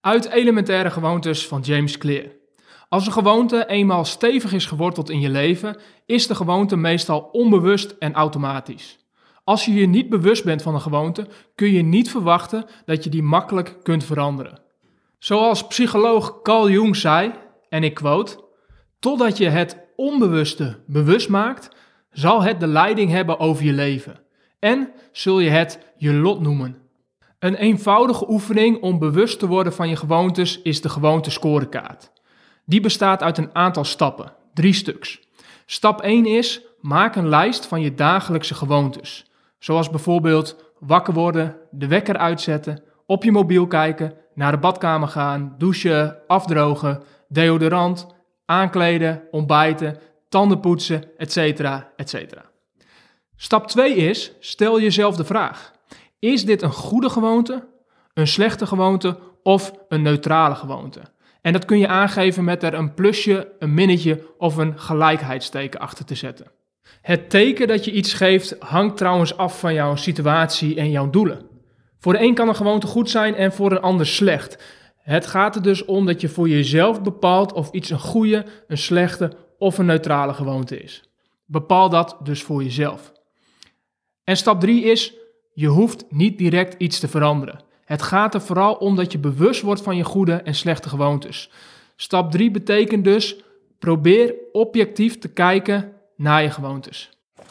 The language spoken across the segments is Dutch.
Uit Elementaire Gewoontes van James Clear. Als een gewoonte eenmaal stevig is geworteld in je leven, is de gewoonte meestal onbewust en automatisch. Als je je niet bewust bent van een gewoonte, kun je niet verwachten dat je die makkelijk kunt veranderen. Zoals psycholoog Carl Jung zei, en ik quote: "Totdat je het onbewuste bewust maakt, zal het de leiding hebben over je leven. En zul je het je lot noemen." Een eenvoudige oefening om bewust te worden van je gewoontes is de gewoontescorekaart. Die bestaat uit een aantal stappen, 3 stuks. Stap 1 is: maak een lijst van je dagelijkse gewoontes. Zoals bijvoorbeeld wakker worden, de wekker uitzetten, op je mobiel kijken, naar de badkamer gaan, douchen, afdrogen, deodorant, aankleden, ontbijten, tanden poetsen, etc. etc. Stap 2 is: stel jezelf de vraag: is dit een goede gewoonte, een slechte gewoonte of een neutrale gewoonte? En dat kun je aangeven met er een plusje, een minnetje of een gelijkheidsteken achter te zetten. Het teken dat je iets geeft hangt trouwens af van jouw situatie en jouw doelen. Voor de een kan een gewoonte goed zijn en voor een ander slecht. Het gaat er dus om dat je voor jezelf bepaalt of iets een goede, een slechte of een neutrale gewoonte is. Bepaal dat dus voor jezelf. En stap 3 is: je hoeft niet direct iets te veranderen. Het gaat er vooral om dat je bewust wordt van je goede en slechte gewoontes. Stap 3 betekent dus: probeer objectief te kijken naar je gewoontes.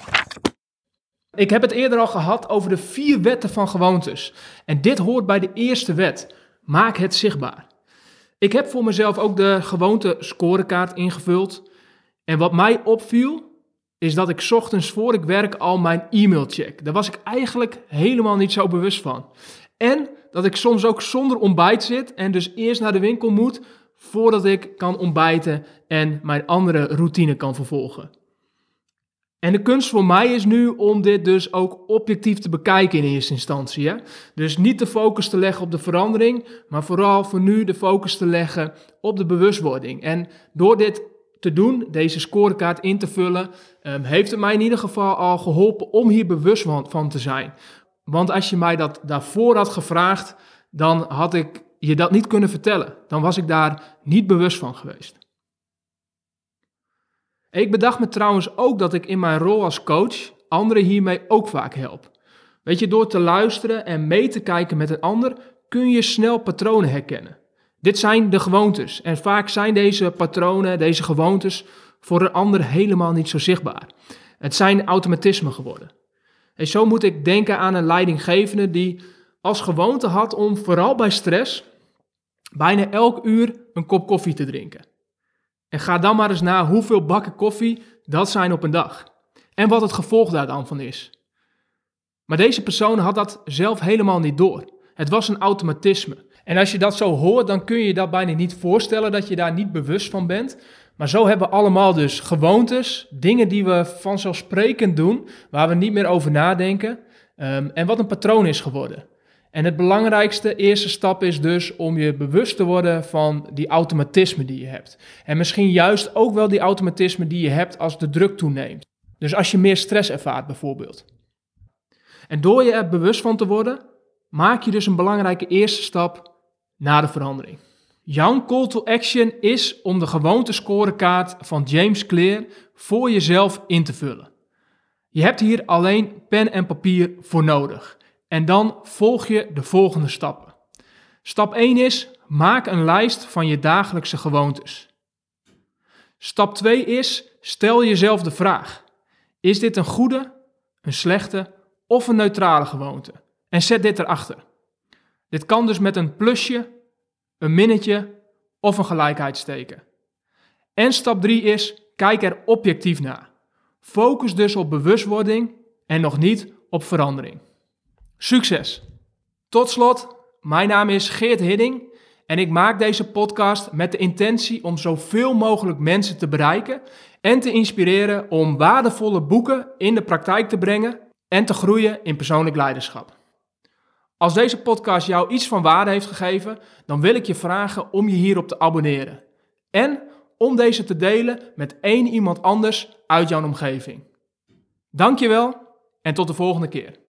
Ik heb het eerder al gehad over de 4 wetten van gewoontes. En dit hoort bij de eerste wet: maak het zichtbaar. Ik heb voor mezelf ook de gewoontescorekaart ingevuld. En wat mij opviel, is dat ik 's ochtends voor ik werk al mijn e-mail check. Daar was ik eigenlijk helemaal niet zo bewust van. En dat ik soms ook zonder ontbijt zit en dus eerst naar de winkel moet voordat ik kan ontbijten en mijn andere routine kan vervolgen. En de kunst voor mij is nu om dit dus ook objectief te bekijken in eerste instantie. Hè? Dus niet de focus te leggen op de verandering, maar vooral voor nu de focus te leggen op de bewustwording. En door dit te doen, deze scorekaart in te vullen, heeft het mij in ieder geval al geholpen om hier bewust van te zijn. Want als je mij dat daarvoor had gevraagd, dan had ik je dat niet kunnen vertellen. Dan was ik daar niet bewust van geweest. Ik bedacht me trouwens ook dat ik in mijn rol als coach anderen hiermee ook vaak help. Weet je, door te luisteren en mee te kijken met een ander kun je snel patronen herkennen. Dit zijn de gewoontes en vaak zijn deze patronen, deze gewoontes voor een ander helemaal niet zo zichtbaar. Het zijn automatismen geworden. En zo moet ik denken aan een leidinggevende die als gewoonte had om vooral bij stress bijna elk uur een kop koffie te drinken. En ga dan maar eens na hoeveel bakken koffie dat zijn op een dag. En wat het gevolg daar dan van is. Maar deze persoon had dat zelf helemaal niet door. Het was een automatisme. En als je dat zo hoort, dan kun je je dat bijna niet voorstellen dat je daar niet bewust van bent. Maar zo hebben we allemaal dus gewoontes, dingen die we vanzelfsprekend doen, waar we niet meer over nadenken. En wat een patroon is geworden. En het belangrijkste eerste stap is dus om je bewust te worden van die automatismen die je hebt. En misschien juist ook wel die automatismen die je hebt als de druk toeneemt. Dus als je meer stress ervaart bijvoorbeeld. En door je er bewust van te worden, maak je dus een belangrijke eerste stap naar de verandering. Jouw call to action is om de gewoontescorekaart van James Clear voor jezelf in te vullen. Je hebt hier alleen pen en papier voor nodig. En dan volg je de volgende stappen. Stap 1 is: maak een lijst van je dagelijkse gewoontes. Stap 2 is: stel jezelf de vraag: is dit een goede, een slechte of een neutrale gewoonte? En zet dit erachter. Dit kan dus met een plusje, een minnetje of een gelijkheidsteken. En stap 3 is: kijk er objectief naar. Focus dus op bewustwording en nog niet op verandering. Succes! Tot slot, mijn naam is Geert Hidding en ik maak deze podcast met de intentie om zoveel mogelijk mensen te bereiken en te inspireren om waardevolle boeken in de praktijk te brengen en te groeien in persoonlijk leiderschap. Als deze podcast jou iets van waarde heeft gegeven, dan wil ik je vragen om je hierop te abonneren. En om deze te delen met 1 iemand anders uit jouw omgeving. Dankjewel en tot de volgende keer.